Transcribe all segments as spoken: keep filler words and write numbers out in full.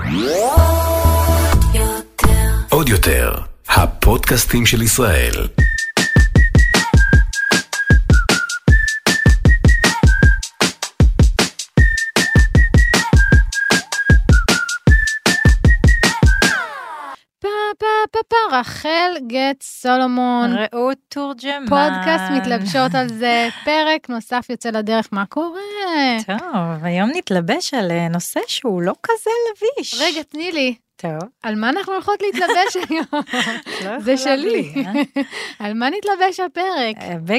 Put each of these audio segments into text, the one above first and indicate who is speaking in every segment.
Speaker 1: עוד יותר, הפודקאסטים של ישראל.
Speaker 2: רחל גט סולומון,
Speaker 3: רעות תורג'מן,
Speaker 2: פודקאסט מתלבשות על זה, פרק נוסף יוצא לדרך, מה קורה?
Speaker 3: טוב, היום נתלבש על נושא שהוא לא כזה לביש.
Speaker 2: רגע, תני לי.
Speaker 3: טוב.
Speaker 2: על מה אנחנו הולכות להתלבש היום? זה שלי. על מה נתלבש הפרק?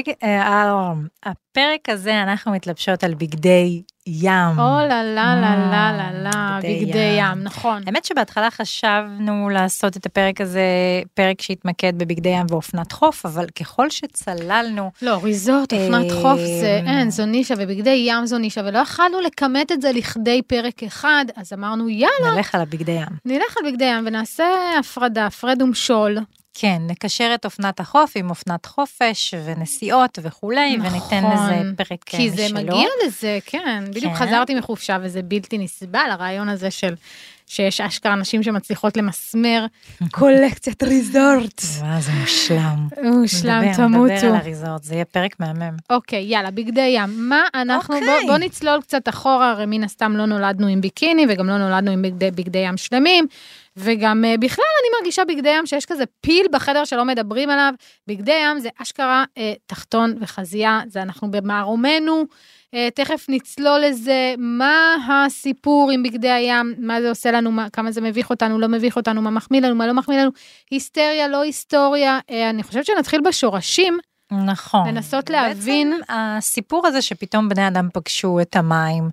Speaker 3: הפרק הזה אנחנו מתלבשות על בגדי ים.
Speaker 2: או לה לה לה לה לה לה, בגדי ים, נכון.
Speaker 3: האמת שבהתחלה חשבנו לעשות את הפרק הזה, פרק שהתמקד בבגדי ים ואופנת חוף, אבל ככל שצללנו...
Speaker 2: לא, ריזורט, אופנת חוף זה אין, זו נישה, ובגדי ים זו נישה, ולא יכלנו לכמת את זה לכדי פרק אחד, אז אמרנו יאללה.
Speaker 3: נלך על הבגדי ים.
Speaker 2: נלך על בגדי ים ונעשה הפרדה, הפרד ומשול.
Speaker 3: כן, נקשר את אופנת החוף עם אופנת חופש ונסיעות וכולי, נכון, וניתן לזה פרק
Speaker 2: כי משלו. זה מגיע לזה, כן. בדיוק כן. חזרתי מחופשה וזה בלתי נסבל, הרעיון הזה של שיש אשכרה אנשים שמצליחות למסמר קולקציית ריזורט.
Speaker 3: וואו, זה מושלם.
Speaker 2: מושלם, תמותו.
Speaker 3: נדבר על הריזורט, זה יהיה פרק מהמם.
Speaker 2: אוקיי, יאללה, בגדי ים. מה אנחנו, אוקיי. בוא, בוא נצלול קצת אחורה, הרי מן הסתם לא נולדנו עם ביקיני, וגם לא נולדנו עם בגדי, בגדי ים שלמים, וגם uh, בכלל אני מרגישה בגדי ים שיש כזה פיל בחדר שלא מדברים עליו, בגדי ים זה אשכרה uh, תחתון וחזייה, זה אנחנו במערומנו, uh, תכף נצלול לזה, מה הסיפור עם בגדי הים, מה זה עושה לנו, מה, כמה זה מביך אותנו, לא מביך אותנו, מה מחמיא לנו, מה לא מחמיא לנו, היסטריה, לא היסטוריה, uh, אני חושבת שנתחיל בשורשים,
Speaker 3: נכון.
Speaker 2: לנסות להבין.
Speaker 3: בעצם הסיפור הזה שפתאום בני אדם פגשו את המים,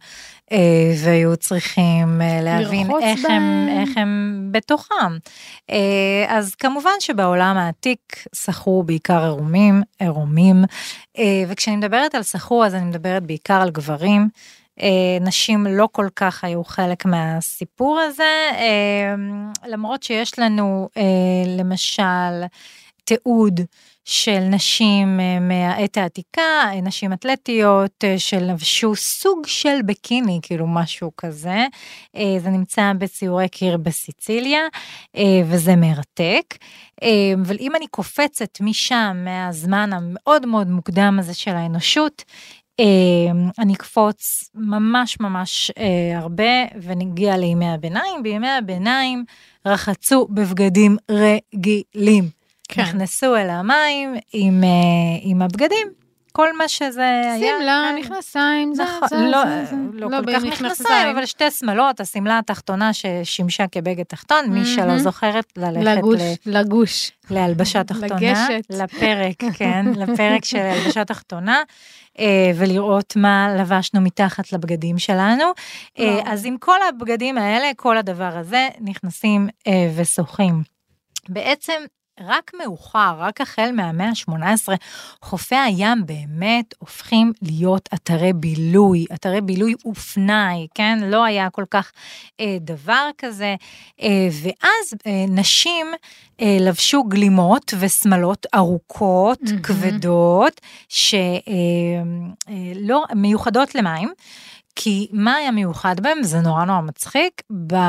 Speaker 3: והיו צריכים להבין איך הם, איך הם בתוכם. אז כמובן שבעולם העתיק סחרו בעיקר עירומים, עירומים, וכשאני מדברת על סחרו אז אני מדברת בעיקר על גברים, נשים לא כל כך היו חלק מהסיפור הזה, למרות שיש לנו למשל תיעוד של נשים מהעת העתיקה, נשים אתלטיות שלבשו סוג של בקיני, כאילו משהו כזה, זה נמצא בציורי קיר בסיציליה, וזה מרתק, אבל אם אני קופצת משם, מהזמן המאוד מאוד מוקדם הזה של האנושות, אני אקפוץ ממש ממש הרבה, ונגיע לימי הביניים, בימי הביניים רחצו בבגדים רגילים, כן. נכנסו אל המים עם, עם הבגדים, כל מה שזה היה.
Speaker 2: סמלה, מכנסיים, זה,
Speaker 3: נכון,
Speaker 2: זה,
Speaker 3: לא,
Speaker 2: זה, זה.
Speaker 3: לא,
Speaker 2: לא
Speaker 3: כל כך מכנסיים, אבל שתי סמלות, הסמלה התחתונה ששימשה כבגד תחתון, mm-hmm. מי שלא זוכרת ללכת
Speaker 2: לגוש,
Speaker 3: ל...
Speaker 2: לגוש.
Speaker 3: להלבשה תחתונה,
Speaker 2: לגשת.
Speaker 3: לפרק, כן, לפרק של הלבשה תחתונה, ולראות מה לבשנו מתחת לבגדים שלנו. אז עם כל הבגדים האלה, כל הדבר הזה, נכנסים ושוחים. בעצם, רק מאוחר, רק החל מהמאה ה-שמונה עשרה, חופי הים באמת הופכים להיות אתרי בילוי, אתרי בילוי ופנאי, כן? לא היה כל כך אה, דבר כזה, אה, ואז אה, נשים אה, לבשו גלימות וסמלות ארוכות, mm-hmm. כבדות, שלא אה, לא, מיוחדות למים, כי מה היה מיוחד בהם, זה נורא נורא מצחיק,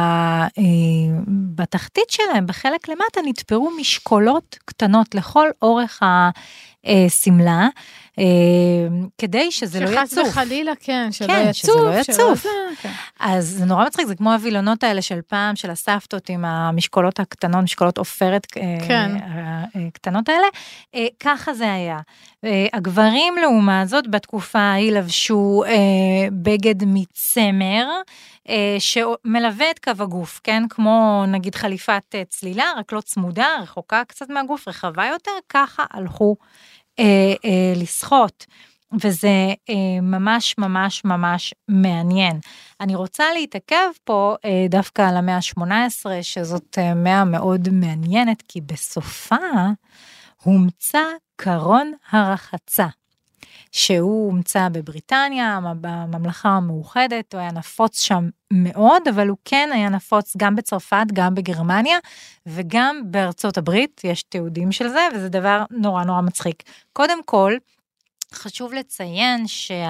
Speaker 3: בתחתית שלהם, בחלק למטה, נתפרו משקולות קטנות לכל אורך הסמלה, כדי שזה לא יצוף.
Speaker 2: שחס וחלילה, כן, שלא
Speaker 3: כן,
Speaker 2: יצוף.
Speaker 3: שזה לא יצוף.
Speaker 2: כן.
Speaker 3: אז זה נורא מצחיק, זה כמו הווילונות האלה של פעם, של הסבתות עם המשקולות הקטנות, משקולות עופרת כן. קטנות האלה, ככה זה היה. הגברים לעומת זאת, בתקופה ההיא לבשו בגד מצמר, שמלווה את קו הגוף, כן? כמו נגיד חליפת צלילה, רק לא צמודה, רחוקה קצת מהגוף, רחבה יותר, ככה הלכו אה, אה, לשחות, וזה אה, ממש ממש ממש מעניין. אני רוצה להתעכב פה אה, דווקא על המאה ה-שמונה עשרה, שזאת אה, מאה מאוד מעניינת, כי בסופה הומצא קרון הרחצה, שהוא הומצא בבריטניה, בממלכה המאוחדת, הוא היה נפוץ שם מאוד, אבל הוא כן היה נפוץ גם בצרפת, גם בגרמניה, וגם בארצות הברית, יש תיעודים של זה, וזה דבר נורא נורא מצחיק. קודם כל, חשוב לציין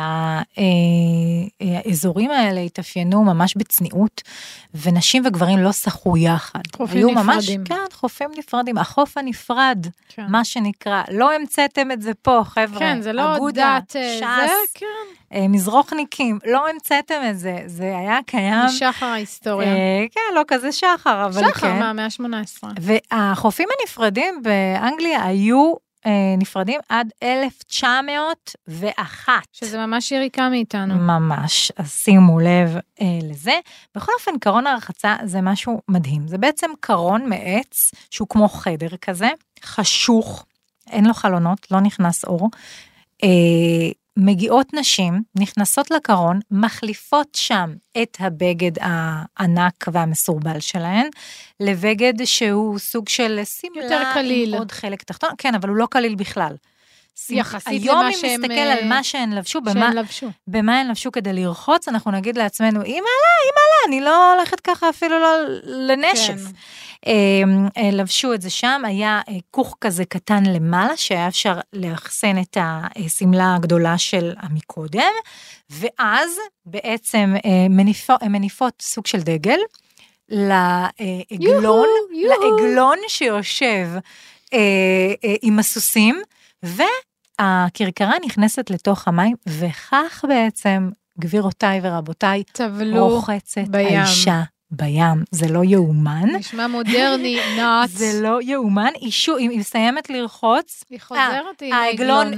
Speaker 3: שהאזורים האלה התאפיינו ממש בצניעות, ונשים וגברים לא שחו יחד.
Speaker 2: חופים נפרדים.
Speaker 3: כן, חופים נפרדים. החוף הנפרד, כן. מה שנקרא, לא המצאתם את זה פה, חבר'ה.
Speaker 2: כן, זה לא
Speaker 3: אגודה,
Speaker 2: דת,
Speaker 3: שס,
Speaker 2: זה, כן.
Speaker 3: מזרוחניקים, לא המצאתם את זה. זה היה קיים.
Speaker 2: משחר ההיסטוריה.
Speaker 3: אה, כן, לא כזה שחר, אבל
Speaker 2: שחר,
Speaker 3: כן.
Speaker 2: שחר, מה, מאה ה-שמונה עשרה.
Speaker 3: והחופים הנפרדים באנגליה היו, נפרדים עד אלף תשע מאות ואחת.
Speaker 2: שזה ממש יריקה מאיתנו.
Speaker 3: ממש, אז שימו לב אה, לזה. בכל אופן, קרון הרחצה זה משהו מדהים. זה בעצם קרון מעץ, שהוא כמו חדר כזה, חשוך, אין לו חלונות, לא נכנס אור. אה, מגיעות נשים, נכנסות לקרון, מחליפות שם את הבגד הענק והמסורבל שלהן, לבגד שהוא סוג של סמלה,
Speaker 2: יותר קליל.
Speaker 3: עם עוד חלק תחתון, כן, אבל הוא לא קליל בכלל.
Speaker 2: יחסית
Speaker 3: היום
Speaker 2: למה
Speaker 3: אם
Speaker 2: שהם...
Speaker 3: נסתכל על מה שהן לבשו,
Speaker 2: שהן
Speaker 3: במה,
Speaker 2: לבשו.
Speaker 3: במה הן לבשו כדי לרחוץ, אנחנו נגיד לעצמנו, אימא לה, אימא לה, אני לא הולכת ככה אפילו לא לנשף. כן. לבשו את זה שם, היה כוך כזה קטן למעלה, שהיה אפשר לאחסן את הסמלה הגדולה של המקודם, ואז בעצם מניפות, מניפות סוג של דגל, לעגלון, לעגלון שיושב עם הסוסים, והכרכרה נכנסת לתוך המים, וכך בעצם, גבירותיי ורבותיי, רוחצת האישה. בים, זה לא יאומן.
Speaker 2: נשמע מודרני, נאץ.
Speaker 3: זה לא יאומן, אישו, אם היא מסיימת לרחוץ,
Speaker 2: היא חוזרת עם
Speaker 3: העגלון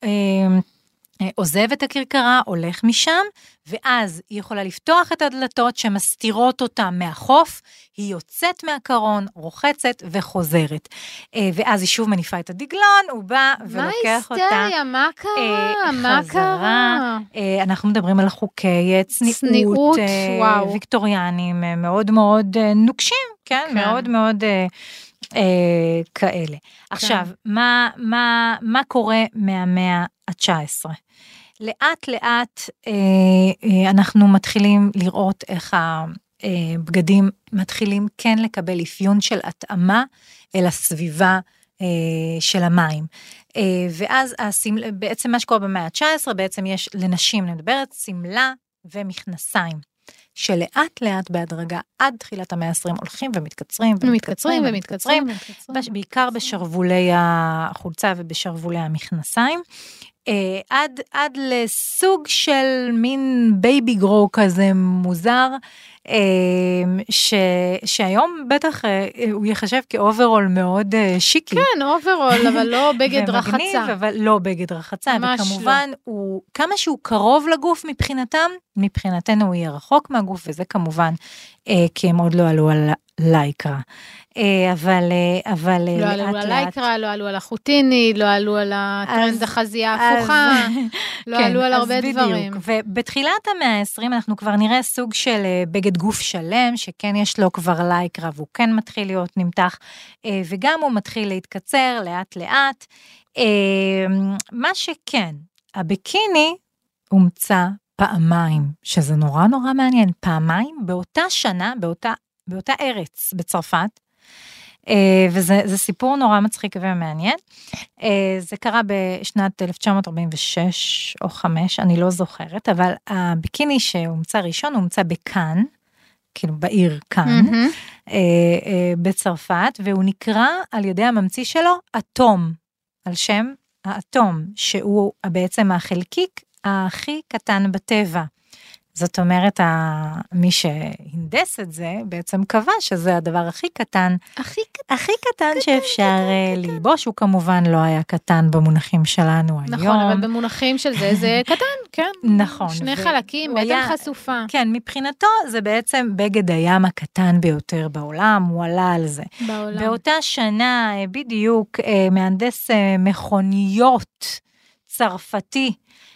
Speaker 3: עוזב את הכרכרה, הולך משם, ואז היא יכולה לפתוח את הדלתות שמסתירות אותה מהחוף, היא יוצאת מהקרון, רוחצת וחוזרת. ואז היא שוב מניפה את הדגלון, הוא בא ולוקח אותה.
Speaker 2: מה היסטריה? מה קרה? מה קרה?
Speaker 3: אנחנו מדברים על חוקי צניעות, ויקטוריאנים, מאוד מאוד נוקשים, כן? מאוד מאוד כאלה. עכשיו, מה קורה מהמאה ה-תשע עשרה? לאט לאט אנחנו מתחילים לראות איך הבגדים מתחילים כן לקבל אפיון של התאמה אל הסביבה של המים. ואז בעצם מה שקורה במאה ה-תשע עשרה, בעצם יש לנשים, אני מדברת, סמלה ומכנסיים, שלאט לאט בהדרגה עד תחילת המאה ה-עשרים הולכים ומתקצרים
Speaker 2: ומתקצרים ומתקצרים,
Speaker 3: בעיקר בשרוולי החולצה ובשרוולי המכנסיים, עד, עד לסוג של מין בייבי גרו כזה מוזר, ש, שהיום בטח הוא יחשב כאוברול מאוד שיקי.
Speaker 2: כן, אוברול, אבל לא בגד רחצה. ומגניב,
Speaker 3: אבל לא בגד רחצה, וכמובן, לא. הוא, כמה שהוא קרוב לגוף מבחינתם, מבחינתנו הוא יהיה רחוק מהגוף, וזה כמובן, כי הם עוד לא עלו על לייקרה. אבל, אבל
Speaker 2: לא עלו על הלייקרה, לא עלו על החוטיני, לא עלו על הטרנד החזייה ההפוכה, לא עלו על הרבה דברים.
Speaker 3: ובתחילת המאה ה-עשרים אנחנו כבר נראה סוג של בגד גוף שלם, שכן יש לו כבר לייקרה, והוא כן מתחיל להיות נמתח, וגם הוא מתחיל להתקצר לאט לאט. מה שכן, הביקיני הומצא פעמיים, שזה נורא נורא מעניין, פעמיים באותה שנה, באותה, באותה ארץ בצרפת, וזה זה סיפור נורא מצחיק ומעניין. זה קרה בשנת אלף תשע מאות ארבעים ושש או חמש, אני לא זוכרת, אבל הביקיני שהומצא ראשון, הומצא בקאן, כאילו בעיר קאן, mm-hmm. בצרפת, והוא נקרא על ידי הממציא שלו, אטום, על שם האטום, שהוא בעצם החלקיק הכי קטן בטבע. זאת אומרת, מי שהנדס את זה, בעצם קבע שזה הדבר הכי קטן,
Speaker 2: הכי קטן,
Speaker 3: הכי קטן קטן שאפשר קטן, ללבוש, הוא כמובן לא היה קטן במונחים שלנו
Speaker 2: נכון,
Speaker 3: היום.
Speaker 2: נכון, אבל במונחים של זה, זה קטן, כן.
Speaker 3: נכון.
Speaker 2: שני חלקים, בטן היה, חשופה.
Speaker 3: כן, מבחינתו זה בעצם בגד הים הקטן ביותר בעולם, הוא עלה על זה.
Speaker 2: בעולם.
Speaker 3: באותה שנה, בדיוק, מהנדס מכוניות צרפתי,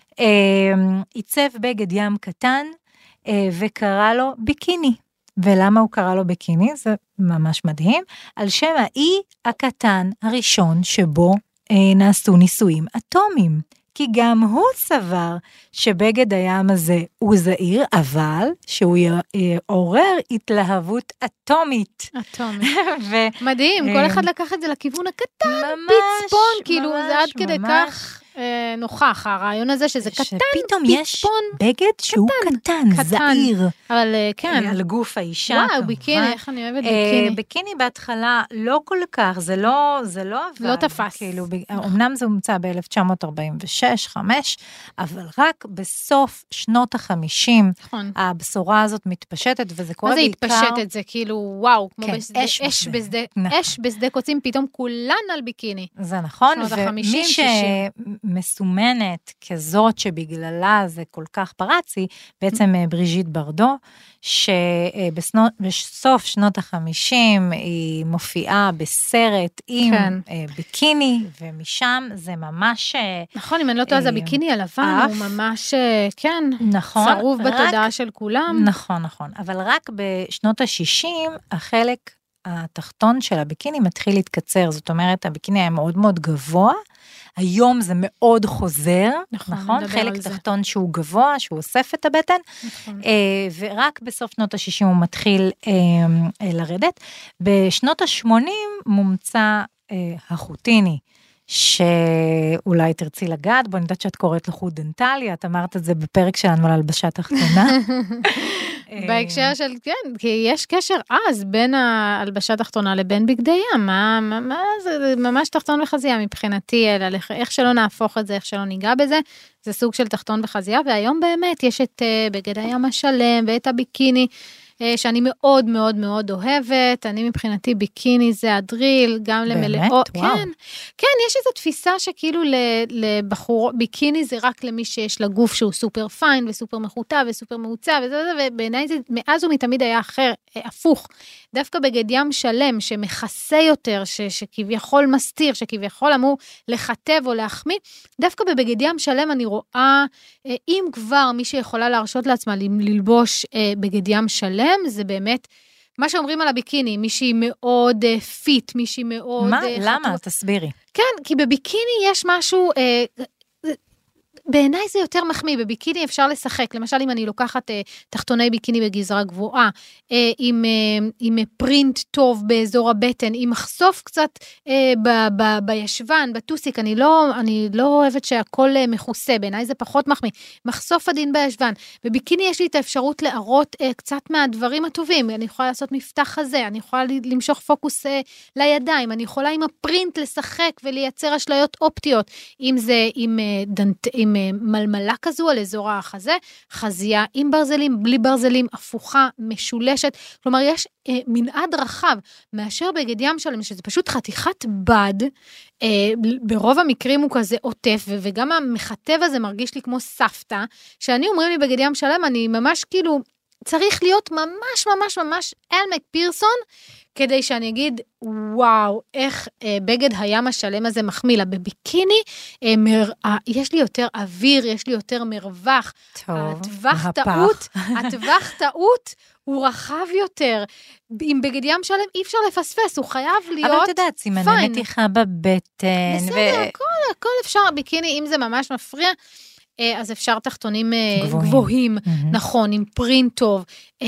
Speaker 3: עיצב בגד ים קטן, וקרא לו ביקיני. ולמה הוא קרא לו ביקיני? זה ממש מדהים. על שם האי הקטן הראשון שבו נעשו ניסויים אטומיים. כי גם הוא סבר שבגד הים הזה הוא זעיר, אבל שהוא יעורר התלהבות אטומית.
Speaker 2: אטומית. ו- מדהים, כל אחד לקח את זה לכיוון הקטן, ממש, פיצפון, כאילו ממש, זה עד כדי ממש. כך... נוכח, הרעיון הזה שזה קטן,
Speaker 3: שפתאום יש בגד שהוא קטן, זעיר.
Speaker 2: אבל כן.
Speaker 3: על גוף האישה.
Speaker 2: וואו, ביקיני, איך אני אוהבת ביקיני.
Speaker 3: ביקיני בהתחלה לא כל כך, זה לא, זה לא עבד.
Speaker 2: לא תפס.
Speaker 3: כאילו, אמנם זה הומצא ב-אלף תשע מאות ארבעים ושש חמש, אבל רק בסוף שנות ה-חמישים, הבשורה הזאת מתפשטת, וזה קורה בעיקר.
Speaker 2: מה זה התפשטת? זה כאילו, וואו, כמו אש בשדה קוצים, פתאום כולן על ביקיני.
Speaker 3: זה נכון, ומי שמסומנת כזאת שבגללה זה כל כך פרצי, בעצם בריז'יט ברדו, שבסוף שנות ה-חמישים היא מופיעה בסרט עם כן. ביקיני, ומשם זה ממש...
Speaker 2: נכון, אם אני לא טועה, זה הביקיני הלבן, הוא ממש, כן, נכון, צרוב רק, בתודעה של כולם.
Speaker 3: נכון, נכון, אבל רק בשנות ה-שישים, החלק התחתון של הביקיני מתחיל להתקצר, זאת אומרת, הביקיני היה מאוד מאוד גבוה, היום זה מאוד חוזר, נכון? נכון? חלק תחתון שהוא גבוה, שהוא אוסף את הבטן, נכון. אה, ורק בסוף שנות ה-שישים הוא מתחיל אה, אה, לרדת. בשנות ה-שמונים מומצא אה, החוטיני, שאולי תרצי לגעת, בוא נדעת שאת קוראת לחוט דנטלי, את אמרת את זה בפרק שלנו על הלבשה תחתונה.
Speaker 2: בהקשר של, כן, כי יש קשר אז בין ההלבשה תחתונה לבין בגדי ים, מה, מה, מה, זה ממש תחתון וחזייה מבחינתי, אלא איך שלא נהפוך את זה, איך שלא ניגע בזה, זה סוג של תחתון וחזייה, והיום באמת יש את uh, בגד הים השלם ואת הביקיני, שאני מאוד מאוד מאוד אוהבת, אני מבחינתי ביקיני זה הדריל, גם למלאות, כן, כן, יש איזו תפיסה שכאילו לבחור, ביקיני זה רק למי שיש לה גוף שהוא סופר פיין, וסופר מחוטה, וסופר מעוצב, ובעיניי זה מאז ומתמיד היה אחר, הפוך, דווקא בגד ים שלם, שמכסה יותר, שכביכול מסתיר, שכביכול אמור לחטב או להחמיא, דווקא בבגד ים שלם אני רואה, אם כבר מי שיכולה להרשות לעצמה ללבוש בגד ים שלם, זה באמת, מה שאומרים על הביקיני, מישהי מאוד uh, פיט, מישהי מאוד...
Speaker 3: מה?
Speaker 2: Uh,
Speaker 3: למה?
Speaker 2: חתוך.
Speaker 3: תסבירי.
Speaker 2: כן, כי בביקיני יש משהו... Uh, בעיניי זה יותר מחמיא, בביקיני אפשר לשחק, למשל אם אני לוקחת אה, תחתוני ביקיני בגזרה גבוהה, אה, עם, אה, עם פרינט טוב באזור הבטן, עם מחשוף קצת אה, ב, ב, בישבן, בטוסיק, אני לא, אני לא אוהבת שהכל אה, מכוסה, בעיניי זה פחות מחמיא, מחשוף עדין בישבן, בביקיני יש לי את האפשרות להראות אה, קצת מהדברים הטובים, אני יכולה לעשות מפתח חזה, אני יכולה למשוך פוקוס אה, לידיים, אני יכולה עם הפרינט לשחק ולייצר אשליות אופטיות, אם זה עם אה, דנט, עם מלמלה כזו על אזור החזה, חזייה עם ברזלים, בלי ברזלים, הפוכה, משולשת, כלומר יש אה, מנעד רחב, מאשר בגד ים שלם, שזה פשוט חתיכת בד, אה, ברוב המקרים הוא כזה עוטף, וגם המחטב הזה מרגיש לי כמו סבתא, שאני אומרים לי בגד ים שלם, אני ממש כאילו, צריך להיות ממש ממש ממש אל מקפירסון, כדי שאני אגיד, וואו, איך אה, בגד הים השלם הזה מחמיא לה. בביקיני, אה, מר, אה, יש לי יותר אוויר, יש לי יותר מרווח.
Speaker 3: טוב,
Speaker 2: הטווח טעות, הטווח טעות הוא רחב יותר. עם בגד ים שלם אי אפשר לפספס, הוא חייב להיות פיין.
Speaker 3: אבל את יודעת, סימני מתיחה בבטן.
Speaker 2: בסדר, ו... הכל, הכל אפשר. ביקיני, אם זה ממש מפריע, אז אפשר תחתונים גבוהים, גבוהים mm-hmm. נכון, עם פרינט טוב,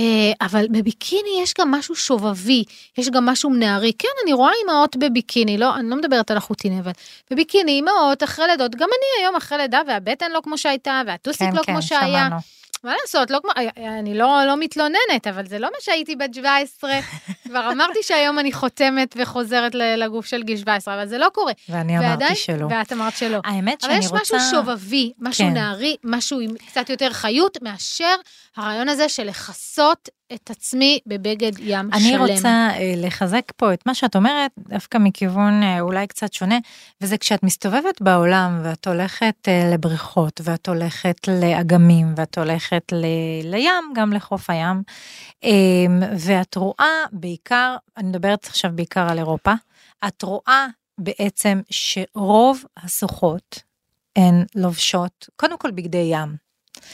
Speaker 2: אבל בביקיני יש גם משהו שובבי, יש גם משהו נערי, כן, אני רואה אימהות בביקיני, לא, אני לא מדברת על החוטיני, אבל בביקיני אימהות אחרי לידות, גם אני היום אחרי לידה, והבטן לא כמו שהייתה, והטוסיק כן, לא כן, כמו שהיה, שמענו. מה לעשות, לא כמו, אני לא, לא מתלוננת, אבל זה לא מה שהייתי בת שבע עשרה, כבר אמרתי שהיום אני חותמת וחוזרת לגוף של גיל שבע עשרה, אבל זה לא קורה.
Speaker 3: ואני
Speaker 2: ועדיין,
Speaker 3: אמרתי שלא.
Speaker 2: ואת אמרת שלא.
Speaker 3: האמת שאני רוצה...
Speaker 2: אבל יש משהו שובבי, משהו כן. נערי, משהו עם קצת יותר חיות, מאשר הרעיון הזה של לחסות את עצמי בבגד ים
Speaker 3: אני
Speaker 2: שלם.
Speaker 3: אני רוצה uh, לחזק פה את מה שאת אומרת, דווקא מכיוון uh, אולי קצת שונה, וזה כשאת מסתובבת בעולם, ואת הולכת uh, לבריכות, ואת הולכת לאגמים, ואת הולכת ל- לים, גם לחוף הים, um, ואת רואה בעיקר, אני מדברת עכשיו בעיקר על אירופה, את רואה בעצם שרוב הסוחות הן לובשות, קודם כל בגדי ים,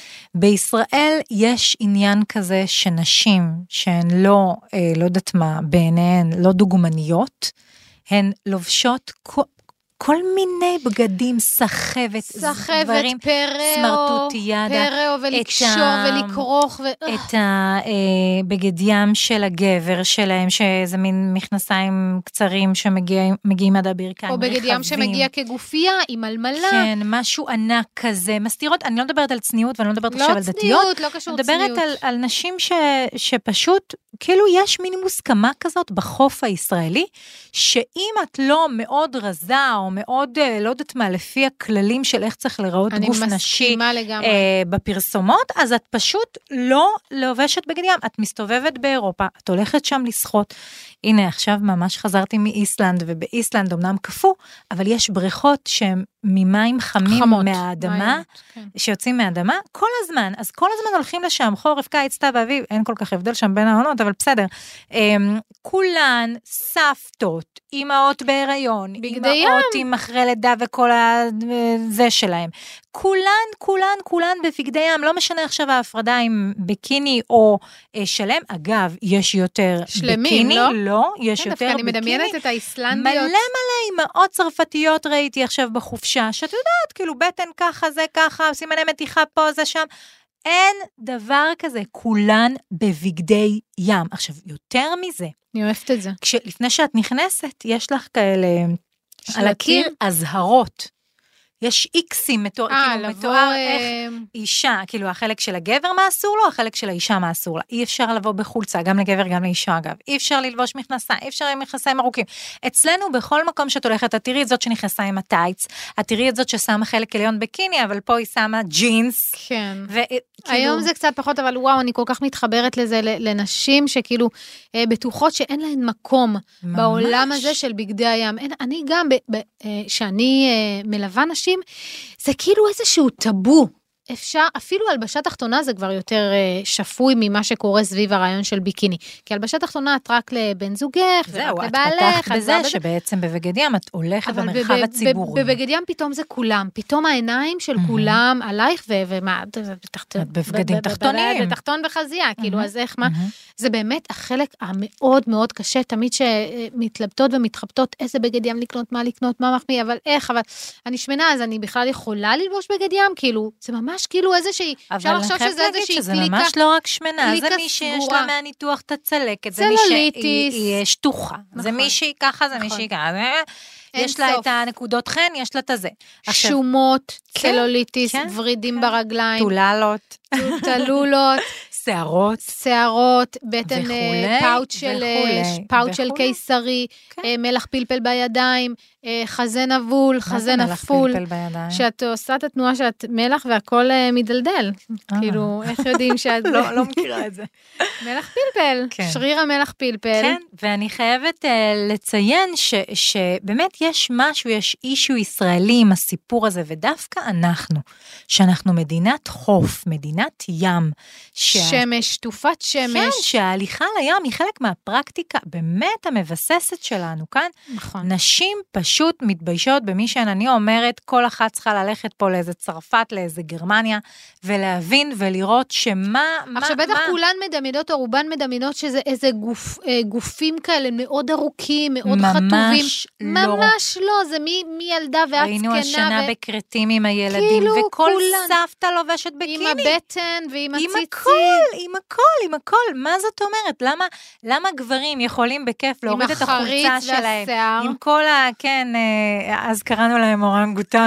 Speaker 3: בישראל יש עניין כזה שנשים שהן לא, אה, לא יודעת מה, בעיניהן לא דוגמניות, הן לובשות כל מיני בגדים, סחבת,
Speaker 2: סחבת,
Speaker 3: דברים,
Speaker 2: פרעו,
Speaker 3: סמרטוטיאדה,
Speaker 2: פרעו ולקשור ולקרוך. ו...
Speaker 3: את הבגד ים של הגבר שלהם, שזה מין מכנסיים קצרים שמגיעים עד הברכיים,
Speaker 2: או בגד ים שמגיע כגופייה, עם מלמלה.
Speaker 3: כן, משהו ענק כזה, מסתירות, אני לא מדברת על צניעות, ואני לא מדברת עכשיו על דתיות.
Speaker 2: לא צניעות, לא קשור צניעות.
Speaker 3: אני מדברת על, על נשים ש, שפשוט, כאילו יש מין מוסכמה כזאת בחוף הישראלי, שאם את לא מאוד רזה, או מאוד, לא יודעת מה, לפי הכללים של איך צריך לראות גוף נשי אה, בפרסומות, אז את פשוט לא לובשת בגד ים. את מסתובבת באירופה, את הולכת שם לשחות. הנה, עכשיו ממש חזרתי מאיסלנד, ובאיסלנד אמנם קפוא, אבל יש בריכות שהן ממים חמים חמות, מהאדמה, מים, כן. שיוצאים מהאדמה, כל הזמן, אז כל הזמן הולכים לשם, חורף, קיץ, סתיו, אביב, אין כל כך הבדל שם בין העונות, אבל בסדר. כולן סבתות, אמאות בהיריון, אמאות עם אחרי לידה וכל הזה שלהם. כולן, כולן, כולן בבגדי ים, לא משנה עכשיו ההפרדה עם בקיני או שלם, אגב, יש יותר
Speaker 2: שלמים,
Speaker 3: בקיני,
Speaker 2: לא?
Speaker 3: לא, יש
Speaker 2: כן,
Speaker 3: יותר
Speaker 2: אני
Speaker 3: בקיני. אני
Speaker 2: מדמיינת את האיסלנדיות.
Speaker 3: מלא מלא אמאות צרפתיות ראיתי עכשיו בחופשה, שאת יודעת, כאילו בטן ככה, זה ככה, סימני מתיחה פה, זה שם. אין דבר כזה, כולן בבגדי ים. עכשיו, יותר מזה.
Speaker 2: אני אוהבת את זה.
Speaker 3: לפני שאת נכנסת, יש לך כאלה, על הקיר, הזהרות. יש איקסים, מתואר,
Speaker 2: 아,
Speaker 3: כאילו,
Speaker 2: לבוא,
Speaker 3: מתואר איך אישה, כאילו החלק של הגבר מה אסור לו, החלק של האישה מה אסור לה. אי אפשר לבוא בחולצה, גם לגבר, גם לאישה אגב. אי אפשר ללבוש מכנסה, אי אפשר עם מכנסיים ארוכים. אצלנו בכל מקום שאת הולכת, את תראי את זאת שנכנסה עם הטייץ, את תראי את זאת ששמה חלק עליון בקיני, אבל פה היא שמה ג'ינס.
Speaker 2: כן.
Speaker 3: ו-
Speaker 2: היום
Speaker 3: כאילו...
Speaker 2: זה קצת פחות, אבל וואו, אני כל כך מתחברת לזה, לנשים שכאילו אה, בטוחות שאין להן מקום ממש. בעולם הזה של בגדי הים. אין, אני גם, ב- ב- אה, שאני אה, מלווה נשים, זה כאילו איזשהו טאבו, אפשר, אפילו הלבשת תחתונה זה כבר יותר uh, שפוי ממה שקורה סביב הרעיון של ביקיני, כי הלבשת תחתונה את רק לבן זוגך,
Speaker 3: זהו,
Speaker 2: ורק
Speaker 3: את
Speaker 2: לבעלך.
Speaker 3: פתחת בזה בזה שבעצם בבגד ים את הולכת במרחב הציבורי.
Speaker 2: בבגד ים פתאום זה כולם, פתאום העיניים של כולם עלייך, ומה,
Speaker 3: את בבגדים תחתוניים.
Speaker 2: בתחתון וחזייה, כאילו, אז איך מה? זה באמת החלק המאוד מאוד קשה, תמיד שמתלבטות ומתחבטות איזה בגד ים לקנות, מה לקנות, מה מחמיא, אבל איך, אבל אני שמנה, אז אני בכלל יכולה ללבוש בגד ים, כאילו, זה ממש כאילו איזושהי, אפשר לחשוב שזה איזושהי קליקה.
Speaker 3: זה ממש לא רק שמנה, זה מי שיש לה מהניתוח את הצלקת, זה מי שהיא שטוחה, זה מי שהיא ככה, זה מי שהיא ככה, יש לה את הנקודות חן, יש לה את הזה.
Speaker 2: שומות, צלוליטיס, ורידים ברגליים.
Speaker 3: טוללות.
Speaker 2: טלולות.
Speaker 3: שערות.
Speaker 2: שערות, בטן פאוט של, פאוט של קיסרי, מלח פלפל בידיים, חזה נבול, חזה נפול. שאת עושה את התנועה שאת מלח והכל מדלדל. כאילו, איך יודעים שאת...
Speaker 3: לא, לא מכירה את זה.
Speaker 2: מלח פלפל, שריר המלח פלפל.
Speaker 3: כן, ואני חייבת לציין שבאמת יש משהו, יש אישו ישראלי עם הסיפור הזה, ודווקא אנחנו, שאנחנו מדינת חוף, מדינת ים,
Speaker 2: שמש, תופת שמש.
Speaker 3: כן, שההליכה לים היא חלק מהפרקטיקה באמת המבססת שלנו כאן.
Speaker 2: נכון.
Speaker 3: נשים פשוט מתביישות במי שאני אומרת, כל אחת צריכה ללכת פה לאיזה צרפת, לאיזה גרמניה, ולהבין ולראות שמה...
Speaker 2: עכשיו
Speaker 3: מה,
Speaker 2: בטח
Speaker 3: מה...
Speaker 2: כולן מדמיינות, או רובן מדמיינות שזה איזה גוף, גופים כאלה מאוד ארוכים, מאוד
Speaker 3: ממש
Speaker 2: חטובים.
Speaker 3: לא.
Speaker 2: ממש לא, זה מי, מי ילדה ועד זקנה.
Speaker 3: היינו השנה ו... בקרטים עם הילדים,
Speaker 2: כאילו,
Speaker 3: וכל
Speaker 2: כולן.
Speaker 3: סבתא לובשת בקיני.
Speaker 2: עם הבטן ועם הציצי.
Speaker 3: עם הכל, עם הכל, עם הכל. מה זאת אומרת? למה, למה גברים יכולים בכיף להוריד את החולצה שלהם?
Speaker 2: והשיער.
Speaker 3: עם כל ה... כן, אז קראנו להם אורנגוטן.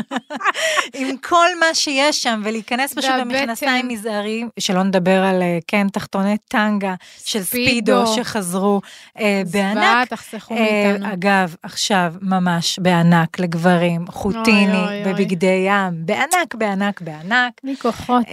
Speaker 3: עם כל מה שיש שם, ולהיכנס פשוט במכנסיים מזערים, שלא נדבר על, כן, תחתוני טנגה של ספידו שחזרו בענק.
Speaker 2: תחסכו מאיתנו.
Speaker 3: אגב, עכשיו ממש בענק לגברים, חוטיני, בבגדי ים, בענק, בענק, בענק.
Speaker 2: מי כוחות.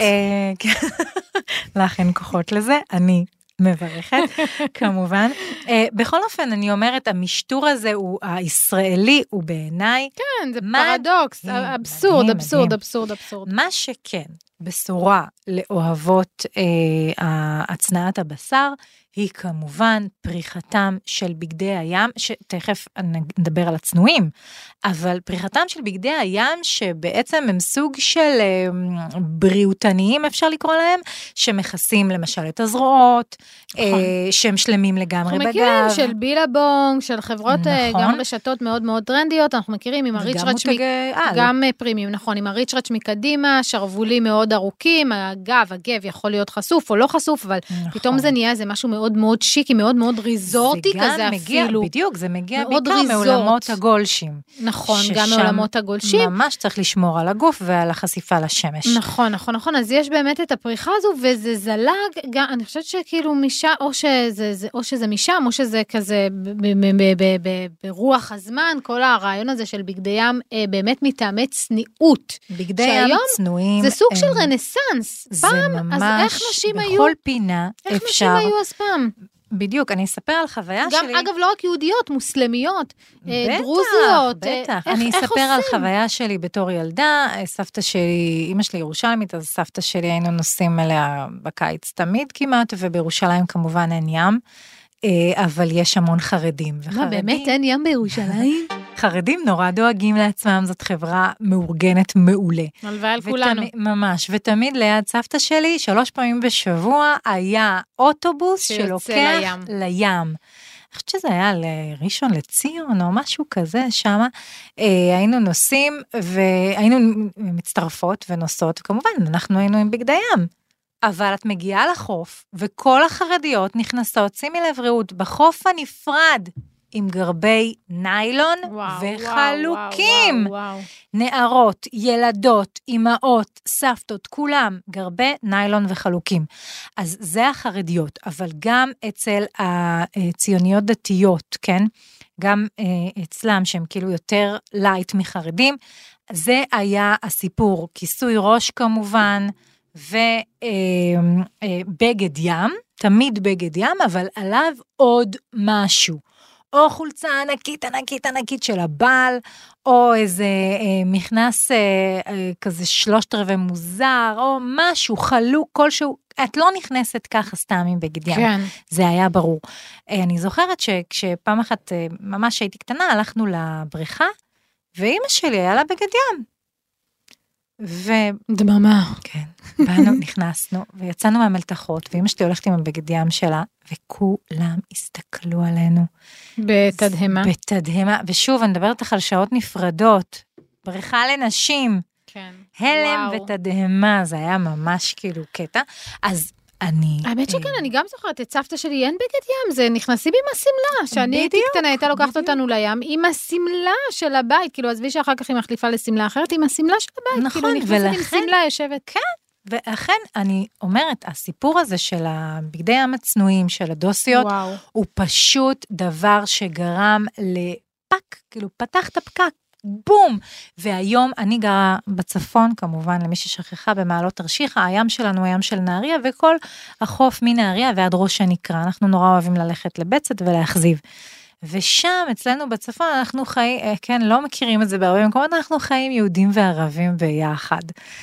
Speaker 3: לך אין כוחות לזה, אני מברכת, כמובן. בכל אופן, אני אומרת, המשטור הזה הוא הישראלי, הוא בעיניי.
Speaker 2: כן, זה פרדוקס, אבסורד, אבסורד, אבסורד, אבסורד.
Speaker 3: מה שכן, בשורה לאוהבות הצנעת הבשר, היא כמובן פריחתם של בגדי הים, שתכף נדבר על הצנועים, אבל פריחתם של בגדי הים, שבעצם הם סוג של בריאותניים, אפשר לקרוא להם, שמכסים למשל את הזרועות, נכון. שהם שלמים לגמרי בגב.
Speaker 2: אנחנו מכירים של בילבונג, של חברות, נכון. גם רשתות מאוד מאוד טרנדיות, אנחנו מכירים עם הריצ'רץ' מ... גם פרימיום, נכון, עם הריצ'רץ' מקדימה, שרבולים מאוד ארוכים, הגב, הגב יכול להיות חשוף או לא חשוף, אבל נכון. פתאום זה נהיה איזה משהו מאוד מאוד שיקי, מאוד מאוד ריזורטי כזה
Speaker 3: מגיע,
Speaker 2: אפילו.
Speaker 3: בדיוק, זה מגיע בעיקר מעולמות הגולשים.
Speaker 2: נכון, גם מעולמות הגולשים.
Speaker 3: ממש צריך לשמור על הגוף ועל החשיפה לשמש.
Speaker 2: נכון, נכון, נכון. אז יש באמת את הפריחה הזו, וזה זלג, גם, אני חושבת שכאילו משם, או שזה, זה, או שזה משם, או שזה כזה ברוח הזמן, כל הרעיון הזה של בגדי ים, באמת מטעמי צניעות.
Speaker 3: בגדי ים צנועים.
Speaker 2: זה סוג של רנסנס. פעם, אז איך נשים היו?
Speaker 3: בכל פינה אפשר.
Speaker 2: איך נשים היו אז פעם?
Speaker 3: בדיוק, אני אספר על חוויה
Speaker 2: גם,
Speaker 3: שלי.
Speaker 2: אגב, לא רק יהודיות, מוסלמיות,
Speaker 3: בטח,
Speaker 2: דרוזיות.
Speaker 3: בטח,
Speaker 2: איך,
Speaker 3: אני
Speaker 2: איך
Speaker 3: אספר
Speaker 2: עושים?
Speaker 3: על חוויה שלי בתור ילדה, סבתא שלי, אמא שלי ירושלמית, אז סבתא שלי היינו נוסעים אליה בקיץ תמיד כמעט, ובירושלים כמובן אין ים, אבל יש המון חרדים.
Speaker 2: מה, באמת אין ים בירושלים?
Speaker 3: חרדים נורא דואגים לעצמם, זאת חברה מאורגנת מעולה.
Speaker 2: מלווה על כולנו.
Speaker 3: ממש, ותמיד ליד סבתא שלי, שלוש פעמים בשבוע, היה אוטובוס שלוקח לים. לים. אני חושבת שזה היה לראשון לציון, או משהו כזה שם, היינו נוסעים, והיינו מצטרפות ונוסעות, וכמובן, אנחנו היינו עם בגדי ים. אבל את מגיעה לחוף, וכל החרדיות נכנסות, שימי לב רעות, בחוף הנפרד, עם גרבי ניילון
Speaker 2: וואו,
Speaker 3: וחלוקים.
Speaker 2: וואו, וואו, וואו.
Speaker 3: נערות, ילדות, אמהות, סבתות, כולם גרבי ניילון וחלוקים. אז זה החרדיות, אבל גם אצל הציוניות דתיות, כן? גם אצלם שהם כאילו יותר לייט מחרדים, זה היה הסיפור, כיסוי ראש כמובן, ובגד ים, תמיד בגד ים, אבל עליו עוד משהו. או חולצה ענקית, ענקית, ענקית של הבעל, או איזה אה, מכנס אה, אה, כזה שלושת רבעי מוזר, או משהו חלוק כלשהו, את לא נכנסת ככה סתם עם בגד ים.
Speaker 2: כן.
Speaker 3: זה היה ברור. אה, אני זוכרת שכשפעם אחת, אה, ממש הייתי קטנה, הלכנו לבריכה, ואמא שלי היה לה בגד ים. ו...
Speaker 2: דממה.
Speaker 3: כן, באנו, נכנסנו, ויצאנו מהמלתחות, ואמא שלי הולכת עם הבגד ים שלה, וכולם הסתכלו עלינו.
Speaker 2: בתדהמה.
Speaker 3: בתדהמה, ושוב, אני מדברת לך על שעות נפרדות, בריכה לנשים,
Speaker 2: כן.
Speaker 3: הלם
Speaker 2: וואו.
Speaker 3: ותדהמה, זה היה ממש כאילו קטע, אז אני...
Speaker 2: האמת שכן, אני גם זוכרת, את סבתא שלי אין בגד ים, זה נכנסים עם הסמלה, שאני הייתי קטנה, הייתה לוקחת אותנו לים, עם הסמלה של הבית, כאילו, עזבי שאחר כך היא מחליפה לסמלה אחרת, עם הסמלה של הבית,
Speaker 3: נכון,
Speaker 2: כאילו, נכנסת עם סמלה, יושבת.
Speaker 3: כן, ולכן אני אומרת, הסיפור הזה של הבגדי ים הצנועים, של הדוסיות,
Speaker 2: וואו.
Speaker 3: הוא פשוט דבר שגרם לפק, כאילו, פתח את הפקק, בום, והיום אני גרה בצפון, כמובן, למי ששכחה במעלות תרשיחא, הים שלנו הים של נהריה, וכל החוף מנהריה ועד ראש הנקרה, אנחנו נורא אוהבים ללכת לבצת ולהחזיב, ושם אצלנו בצפון אנחנו חיים, כן, לא מכירים את זה בהרבה מקומות, אנחנו חיים יהודים וערבים ביחד,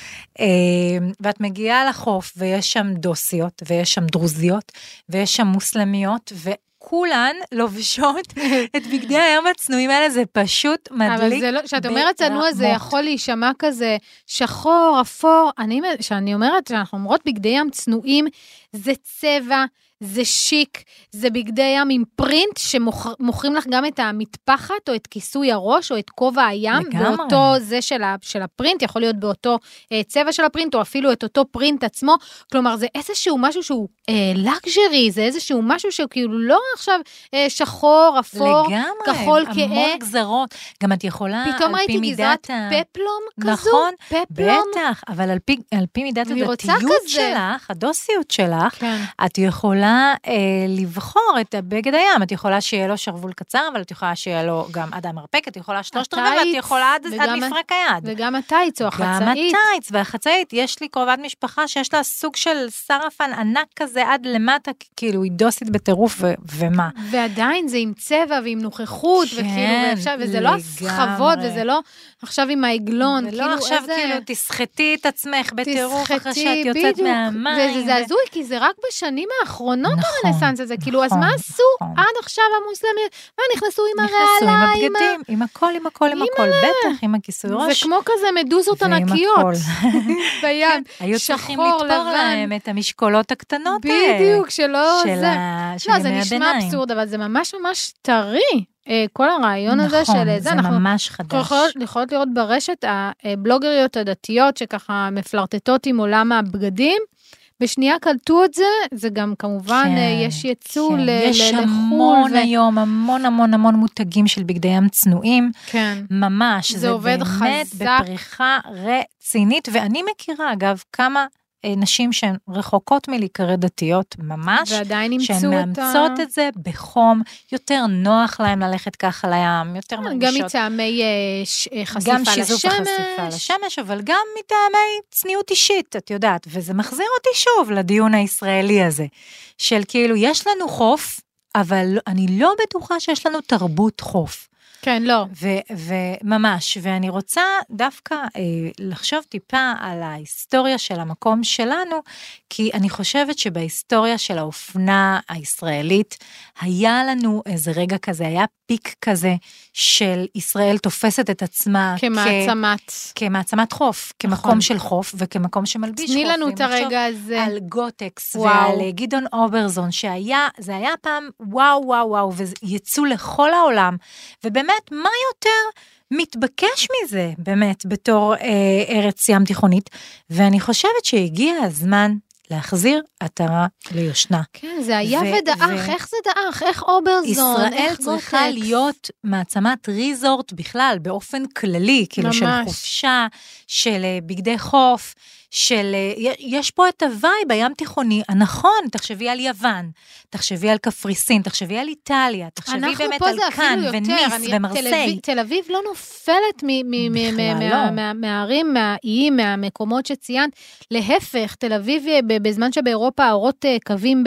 Speaker 3: ואת מגיעה לחוף, ויש שם דוסיות, ויש שם דרוזיות, ויש שם מוסלמיות, ו... כולן לובשות את בגדי הים הצנועים האלה, זה פשוט מדליק. אבל
Speaker 2: כשאת אומרת צנוע, זה יכול להישמע כזה שחור, אפור, שאני אומרת, שאנחנו אומרות בגדי ים צנועים, זה צבע, זה שיק, זה בגדי ים עם פרינט, שמוכרים לך גם את המטפחת, או את כיסוי הראש, או את כובע הים, באותו זה של הפרינט, יכול להיות באותו צבע של הפרינט, או אפילו את אותו פרינט עצמו, כלומר, זה איזשהו משהו שהוא לקז'רי, זה איזשהו משהו שהוא כאילו לא עכשיו שחור, אפור, כחול כהה.
Speaker 3: לגמרי, המון גזרות, גם את יכולה,
Speaker 2: פתאום ראיתי גזרת פפלום כזו,
Speaker 3: נכון,
Speaker 2: פפלום.
Speaker 3: בטח, אבל על פי מידת הדתיות שלך, הדוסיות שלך, את יכולה לבחור את הבגד הים, את יכולה שיהיה לו שרוול קצר, אבל את יכולה שיהיה לו גם עד המרפק, את יכולה שלושת רבעי, ואת יכולה עד מפרק היד.
Speaker 2: וגם הטייץ או החצאית.
Speaker 3: גם הטייץ והחצאית, יש לי קרובת משפחה שיש לה סוג של סרפן ענק כזה עד למטה, כאילו היא דוסית בטירוף ומה.
Speaker 2: ועדיין זה עם צבע ועם נוכחות, וזה לא הסחבות, וזה לא עכשיו עם העגלון,
Speaker 3: ולא עכשיו כאילו תסחטי את עצמך בטירוף אחרי שאת יוצאת מהמים.
Speaker 2: וזה הזוי, כי זה רק בשנים האחרונות, מעונות
Speaker 3: נכון,
Speaker 2: הרנסנס הזה, כאילו, אז
Speaker 3: נכון,
Speaker 2: מה עשו
Speaker 3: נכון.
Speaker 2: עד עכשיו המוסלמים? מה, נכנסו עם
Speaker 3: נכנסו
Speaker 2: הרעלה,
Speaker 3: עם הבגדים, עם הכל, עם הכל, עם הכל, בטח, עם הכיסוי ראש.
Speaker 2: זה כמו כזה מדוזות ענקיות בים,
Speaker 3: היו צריכים לתפור להם את המשקולות הקטנות האלה.
Speaker 2: בדיוק, שלא זה. לא, זה
Speaker 3: ימי
Speaker 2: נשמע
Speaker 3: הביניים.
Speaker 2: אבסורד, אבל זה ממש ממש טרי. כל הרעיון הזה של
Speaker 3: נכון,
Speaker 2: זה,
Speaker 3: זה
Speaker 2: אנחנו
Speaker 3: ממש חדש.
Speaker 2: יכולות, יכולות לראות ברשת הבלוגריות הדתיות שככה מפלרטטות עם עולם הבגדים, בשנייה קלטו את זה, זה גם כמובן כן, יש יצוא
Speaker 3: כן.
Speaker 2: ל-
Speaker 3: יש
Speaker 2: ל-
Speaker 3: המון
Speaker 2: ו...
Speaker 3: היום, המון המון המון מותגים של בגדי ים צנועים,
Speaker 2: כן.
Speaker 3: ממש,
Speaker 2: זה,
Speaker 3: זה
Speaker 2: עובד
Speaker 3: באמת
Speaker 2: חזק.
Speaker 3: בפריחה רצינית, ואני מכירה אגב כמה נשים שהן רחוקות מלהיקרא דתיות ממש,
Speaker 2: ועדיין ימצאו
Speaker 3: שהן
Speaker 2: אותה.
Speaker 3: מאמצות את זה בחום, יותר נוח להם ללכת ככה לים, יותר מרגישות.
Speaker 2: גם מטעמי חשיפה לשמש.
Speaker 3: גם שיזוף החשיפה לשמש, אבל גם מטעמי צניעות אישית, את יודעת, וזה מחזיר אותי שוב לדיון הישראלי הזה, של כאילו, יש לנו חוף, אבל אני לא בטוחה שיש לנו תרבות חוף.
Speaker 2: כן, לא.
Speaker 3: ו- וממש, ואני רוצה דווקא אה, לחשוב טיפה על ההיסטוריה של המקום שלנו, כי אני חושבת שבהיסטוריה של האופנה הישראלית, היה לנו איזה רגע כזה, היה פיק כזה, של ישראל תופסת את עצמה,
Speaker 2: כמעצמת.
Speaker 3: כ- כמעצמת חוף, כמקום נכון. של חוף, וכמקום שמלביש
Speaker 2: תני
Speaker 3: חוף.
Speaker 2: לנו את הרגע הזה.
Speaker 3: על גוטקס,
Speaker 2: וואו.
Speaker 3: ועל גדעון אוברזון, שהיה, זה היה פעם וואו וואו וואו, ויצאו לכל העולם, ובאמת, מה יותר מתבקש מזה, באמת, בתור אה, ארץ ים תיכונית, ואני חושבת שהגיע הזמן להחזיר עטרה ליושנה.
Speaker 2: כן, זה היה ו- ודאח, ו- איך זה דאח, איך אוברזון,
Speaker 3: ישראל
Speaker 2: איך
Speaker 3: צריכה
Speaker 2: גוטקס.
Speaker 3: להיות מעצמת ריזורט בכלל, באופן כללי, כאילו
Speaker 2: ממש.
Speaker 3: של חופשה, של בגדי חוף, של, יש פה את הווייב הים תיכוני, הנכון, תחשבי על יוון, תחשבי על קפריסין, תחשבי על איטליה, תחשבי באמת על כאן וניס ומרסיי.
Speaker 2: תל אביב לא נופלת מהערים, מהאיים, מהמקומות שציינת, להפך, תל אביב בזמן שבאירופה האורות קווים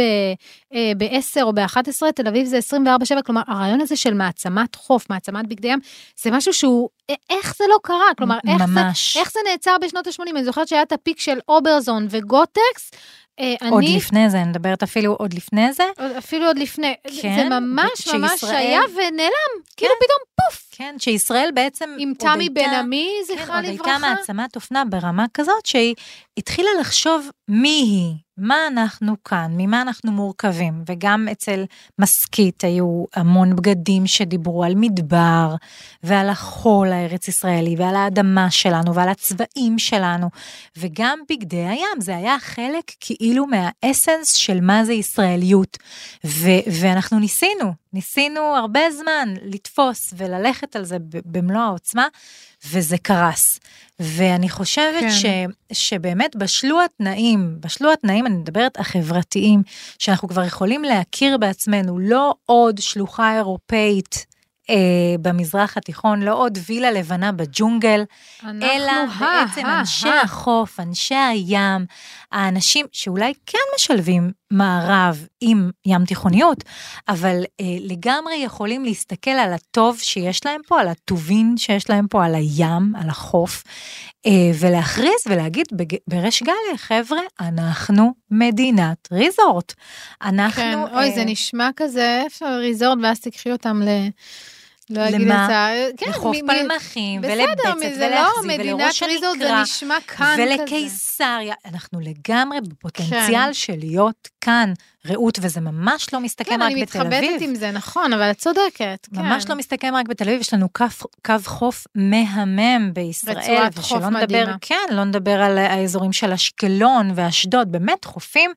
Speaker 2: ב-עשר או ב-אחת עשרה, תל אביב זה עשרים וארבע שבע, כלומר הרעיון הזה של מעצמת חוף, מעצמת בגדי ים, זה משהו שהוא, איך זה לא קרה? כלומר, איך זה, איך זה נעצר בשנות ה-שמונים? אני זוכרת שהיה את הפיק של אוברזון וגוטקס,
Speaker 3: עוד לפני זה, נדברת אפילו עוד לפני זה.
Speaker 2: אפילו עוד לפני, זה ממש ממש היה ונעלם, כאילו פתאום פוף.
Speaker 3: כן, שישראל בעצם...
Speaker 2: עם תמי בן עמי, זכרה לברכה.
Speaker 3: עוד הייתה מעצמת אופנה ברמה כזאת, שהיא התחילה לחשוב מי היא, מה אנחנו כאן, ממה אנחנו מורכבים, וגם אצל מסקית היו המון בגדים שדיברו על מדבר, ועל החול הארץ ישראלי, ועל האדמה שלנו, ועל הצבעים שלנו, וגם בגדי הים, זה היה חלק כאילו מהאסנס של מה זה ישראליות, ו- ואנחנו ניסינו, ניסינו הרבה זמן לתפוס וללכת על זה במלוא העוצמה, וזה קרס. ואני חושבת כן. ש, שבאמת בשלו התנאים, בשלו התנאים, אני מדברת החברתיים, שאנחנו כבר יכולים להכיר בעצמנו, לא עוד שלוחה אירופאית אה, במזרח התיכון, לא עוד וילה לבנה בג'ונגל, אלא ה, בעצם ה, אנשי ה. החוף, אנשי הים, האנשים שאולי כן משלבים מערב עם ים תיכוניות, אבל אה, לגמרי יכולים להסתכל על הטוב שיש להם פה, על הטובין שיש להם פה, על הים, על החוף, אה, ולהכריז ולהגיד בג... בריש גלי, חבר'ה, אנחנו מדינת ריזורט. אנחנו...
Speaker 2: כן, אוי, אה... זה נשמע כזה, איפה ריזורט, ואז תקחי אותם ל... לא אגיד את זה.
Speaker 3: כן, לחוף מ- פלמחים, ולבצת, ולהחזי, ולראש הנקרה,
Speaker 2: זה נשמע כאן
Speaker 3: ולקיסריה. אנחנו לגמרי בפוטנציאל כן. של להיות כאן, רעות, וזה ממש לא מסתכם
Speaker 2: כן,
Speaker 3: רק בתל אביב.
Speaker 2: כן, אני מתחבטת עם זה, נכון, אבל את צודקת.
Speaker 3: ממש
Speaker 2: כן.
Speaker 3: לא מסתכם רק בתל אביב, יש לנו קו, קו חוף מהמם בישראל, ושלא נדבר, כן, לא נדבר על האזורים של אשקלון ואשדוד, באמת חופים,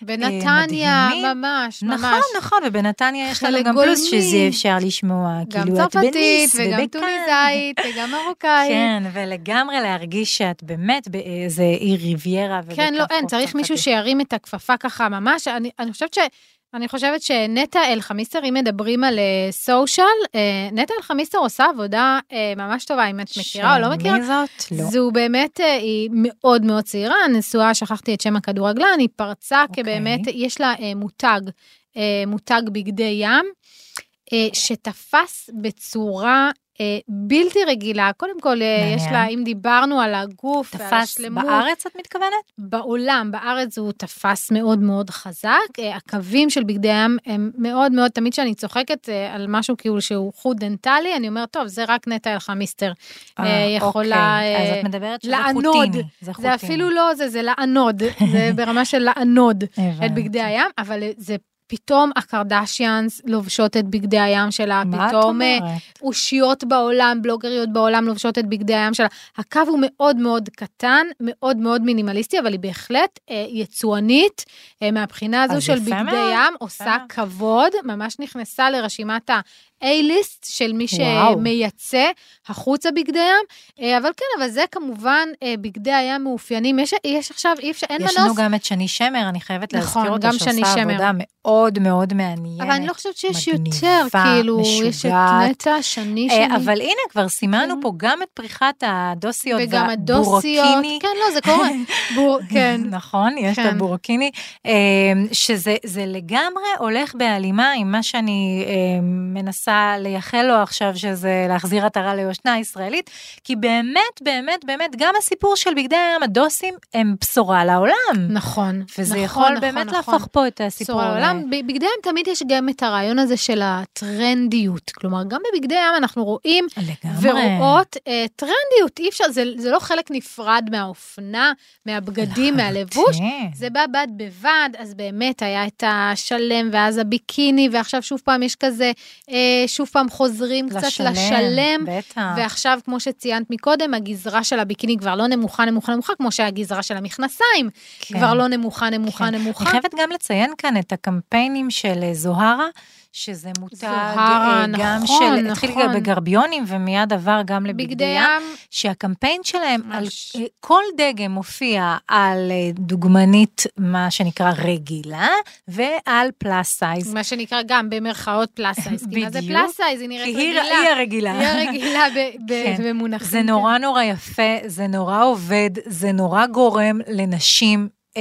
Speaker 2: בנתניה, ממש, ממש.
Speaker 3: נכון, נכון, ובנתניה יש לנו גם פלוס שזה אפשר לשמוע,
Speaker 2: גם צרפתית, וגם טוניסאית, וגם מרוקאית.
Speaker 3: כן, ולגמרי להרגיש שאת באמת באיזה עיר ריביירה.
Speaker 2: כן, לא, אין, צריך מישהו שירים את הכפפה ככה, ממש, אני חושבת ש... אני חושבת שנטע אלחמיסטר, אם מדברים על סושיאל, נטע אלחמיסטר עושה עבודה ממש טובה, אם את מכירה או לא מכירה.
Speaker 3: זאת? לא.
Speaker 2: זו באמת, היא מאוד מאוד צעירה, נשואה, שכחתי את שם הכדורגלן, היא פרצה okay. כבאמת, יש לה מותג, מותג בגדי ים, שתפס בצורה בלתי רגילה. קודם כל, יש לה, אם דיברנו על הגוף,
Speaker 3: תפס ועל השלמות, בארץ את מתכוונת?
Speaker 2: בעולם, בארץ הוא תפס מאוד מאוד חזק. הקווים של בגדי ים הם מאוד מאוד, תמיד שאני צוחקת על משהו כאילו שהוא חוט דנטלי, אני אומרת, טוב, זה רק נטע אלך מיסטר. יכולה
Speaker 3: אז את מדברת שזה חוטיני.
Speaker 2: זה אפילו לא, זה לענוד, זה ברמה של לענוד את בגדי הים, אבל זה פתאום הקרדשיאנס לובשות את בגדי הים שלה, פתאום אושיות בעולם, בלוגריות בעולם לובשות את בגדי הים שלה. הקו הוא מאוד מאוד קטן, מאוד מאוד מינימליסטי, אבל היא בהחלט יצואנית, מהבחינה הזו של בגדי ים, עושה כבוד, ממש נכנסה לרשימת ה... A-ליסט של מי שמייצא החוצה בגדי ים, אבל כן, אבל זה כמובן בגדי הים מאופיינים, יש, יש עכשיו, אי אפשר, אין מנוס.
Speaker 3: יש לנו גם את שני שמר, אני חייבת להזכיר אותו, שעושה עבודה מאוד מאוד מעניינת.
Speaker 2: אבל אני לא חושבת שיש יותר, כאילו, יש את נטע, שני שני.
Speaker 3: אבל הנה, כבר סימנו פה גם את פריחת הדוסיות
Speaker 2: וגם הדוסיות, כן, לא, זה קורה. כן.
Speaker 3: נכון, יש את הבורקיני, שזה לגמרי הולך בהלימה עם מה שאני מנסה לייחל לו עכשיו, שזה להחזיר עטרה ליושנה הישראלית, כי באמת, באמת, באמת, גם הסיפור של בגדי הים הדוסים, הם בשורה לעולם.
Speaker 2: נכון.
Speaker 3: וזה
Speaker 2: נכון,
Speaker 3: יכול
Speaker 2: נכון,
Speaker 3: באמת
Speaker 2: נכון.
Speaker 3: להפוך פה את הסיפור.
Speaker 2: בשורה לעולם, בגדי ים תמיד יש גם את הרעיון הזה של הטרנדיות, כלומר, גם בבגדי ים אנחנו רואים,
Speaker 3: לגמרי.
Speaker 2: ורואות uh, טרנדיות, אי אפשר, זה, זה לא חלק נפרד מהאופנה, מהבגדים, מהלבוש, זה בא בד בבד, אז באמת היה את השלם, ואז הביקיני, ועכשיו שוב פעם יש כזה, uh, שוב פעם חוזרים קצת לשלם, לשלם ועכשיו, כמו שציינת מקודם, הגזרה של הביקיני כבר לא נמוכה, נמוכה, נמוכה, כמו שהגזרה של המכנסיים, כן. כבר לא נמוכה, נמוכה, כן. נמוכה.
Speaker 3: אני חייבת גם לציין כאן את הקמפיינים של זוהרה, שזה מותג גם
Speaker 2: נכון,
Speaker 3: של,
Speaker 2: נכון.
Speaker 3: התחיל גם בגרביונים, ומיד עבר גם לבגדי ים, שהקמפיין שלהם, על, כל דגם מופיע על דוגמנית, מה שנקרא רגילה, ועל פלאס סייז.
Speaker 2: מה שנקרא גם במרכאות פלאס סייז. בדיוק. זה פלאס סייז, היא נראית רגילה.
Speaker 3: היא הרגילה.
Speaker 2: היא הרגילה במונחים.
Speaker 3: זה נורא נורא יפה, זה נורא עובד, זה נורא גורם לנשים אה,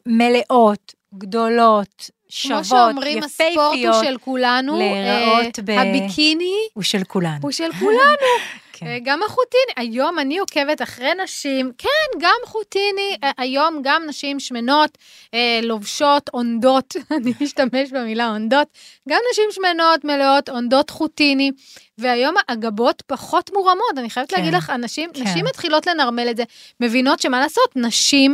Speaker 3: מלאות, גדולות, שוות,
Speaker 2: כמו שאומרים, הספורט הוא של כולנו,
Speaker 3: להיראות ב...
Speaker 2: הביקיני
Speaker 3: הוא של כולנו.
Speaker 2: הוא של כולנו. כן. גם החוטיני, היום אני עוקבת אחרי נשים, כן, גם חוטיני, היום גם נשים שמנות, לובשות, עונדות, אני משתמש במילה עונדות, גם נשים שמנות, מלאות, עונדות חוטיני, והיום הגבות פחות מורמות, אני חייבת כן. להגיד לך, אנשים, כן. נשים מתחילות לנרמל את זה, מבינות שמה לעשות, נשים,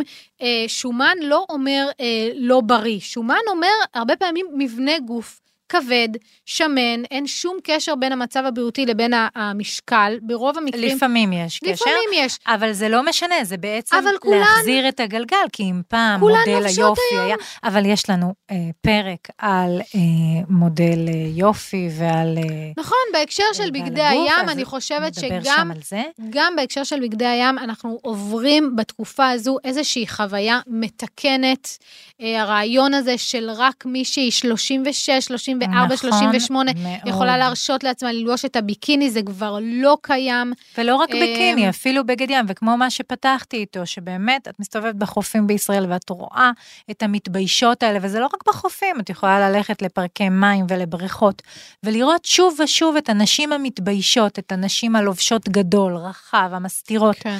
Speaker 2: שומן לא אומר לא בריא, שומן אומר הרבה פעמים מבנה גוף, כבד, שמן, אין שום קשר בין המצב הבריאותי לבין המשקל, ברוב המקרים...
Speaker 3: לפעמים יש קשר.
Speaker 2: לפעמים יש.
Speaker 3: אבל זה לא משנה, זה בעצם להחזיר כולן, את הגלגל, כי אם פעם מודל היופי היום. היה... אבל יש לנו אה, פרק על אה, מודל אה, יופי ועל... אה,
Speaker 2: נכון, בהקשר של בגדי הים, אני חושבת שגם... גם בהקשר של בגדי הים, אנחנו עוברים בתקופה הזו איזושהי חוויה מתקנת, אה, הרעיון הזה של רק מישהי שלושים ושש, שלושים וארבע, שלושים ושמונה, יכולה להרשות לעצמה ללבוש את הביקיני, זה כבר לא קיים.
Speaker 3: ולא רק ביקיני, אפילו בגד ים, וכמו מה שפתחתי איתו, שבאמת את מסתובבת בחופים בישראל, ואת רואה את המתביישות האלה, וזה לא רק בחופים, את יכולה ללכת לפרקי מים ולבריכות, ולראות שוב ושוב את הנשים המתביישות, את הנשים הלובשות גדול, רחב, המסתירות,
Speaker 2: כן.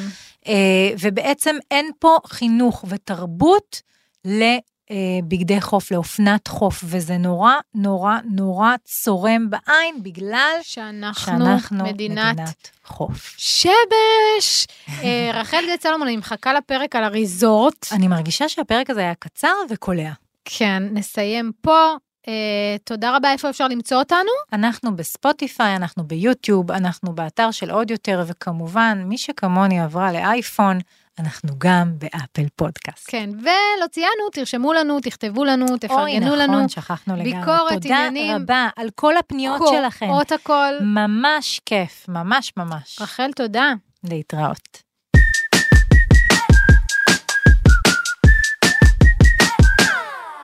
Speaker 3: ובעצם אין פה חינוך ותרבות ל... בגדי חוף, לאופנת חוף, וזה נורא, נורא, נורא צורם בעין, בגלל
Speaker 2: שאנחנו,
Speaker 3: שאנחנו
Speaker 2: מדינת,
Speaker 3: מדינת חוף.
Speaker 2: שבש! רחל גיא צלומון, אני מחכה לפרק על הריזורט.
Speaker 3: אני מרגישה שהפרק הזה היה קצר וקולע.
Speaker 2: כן, נסיים פה. תודה רבה, איפה אפשר למצוא אותנו?
Speaker 3: אנחנו בספוטיפיי, אנחנו ביוטיוב, אנחנו באתר של עוד יותר, וכמובן, מי שכמוני עברה לאייפון, אנחנו גם באפל פודקאסט.
Speaker 2: כן, ולא ציינו, תרשמו לנו, תכתבו לנו, תפרגנו
Speaker 3: אוי,
Speaker 2: לנו.
Speaker 3: נכון, שכחנו לגמרי.
Speaker 2: ביקורת,
Speaker 3: תודה
Speaker 2: עניינים.
Speaker 3: רבה על כל הפניות
Speaker 2: כל,
Speaker 3: שלכם.
Speaker 2: אות הכל.
Speaker 3: ממש כיף, ממש ממש.
Speaker 2: רחל, תודה.
Speaker 3: להתראות.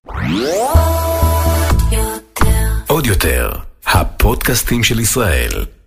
Speaker 1: עוד יותר, הפודקאסטים של ישראל.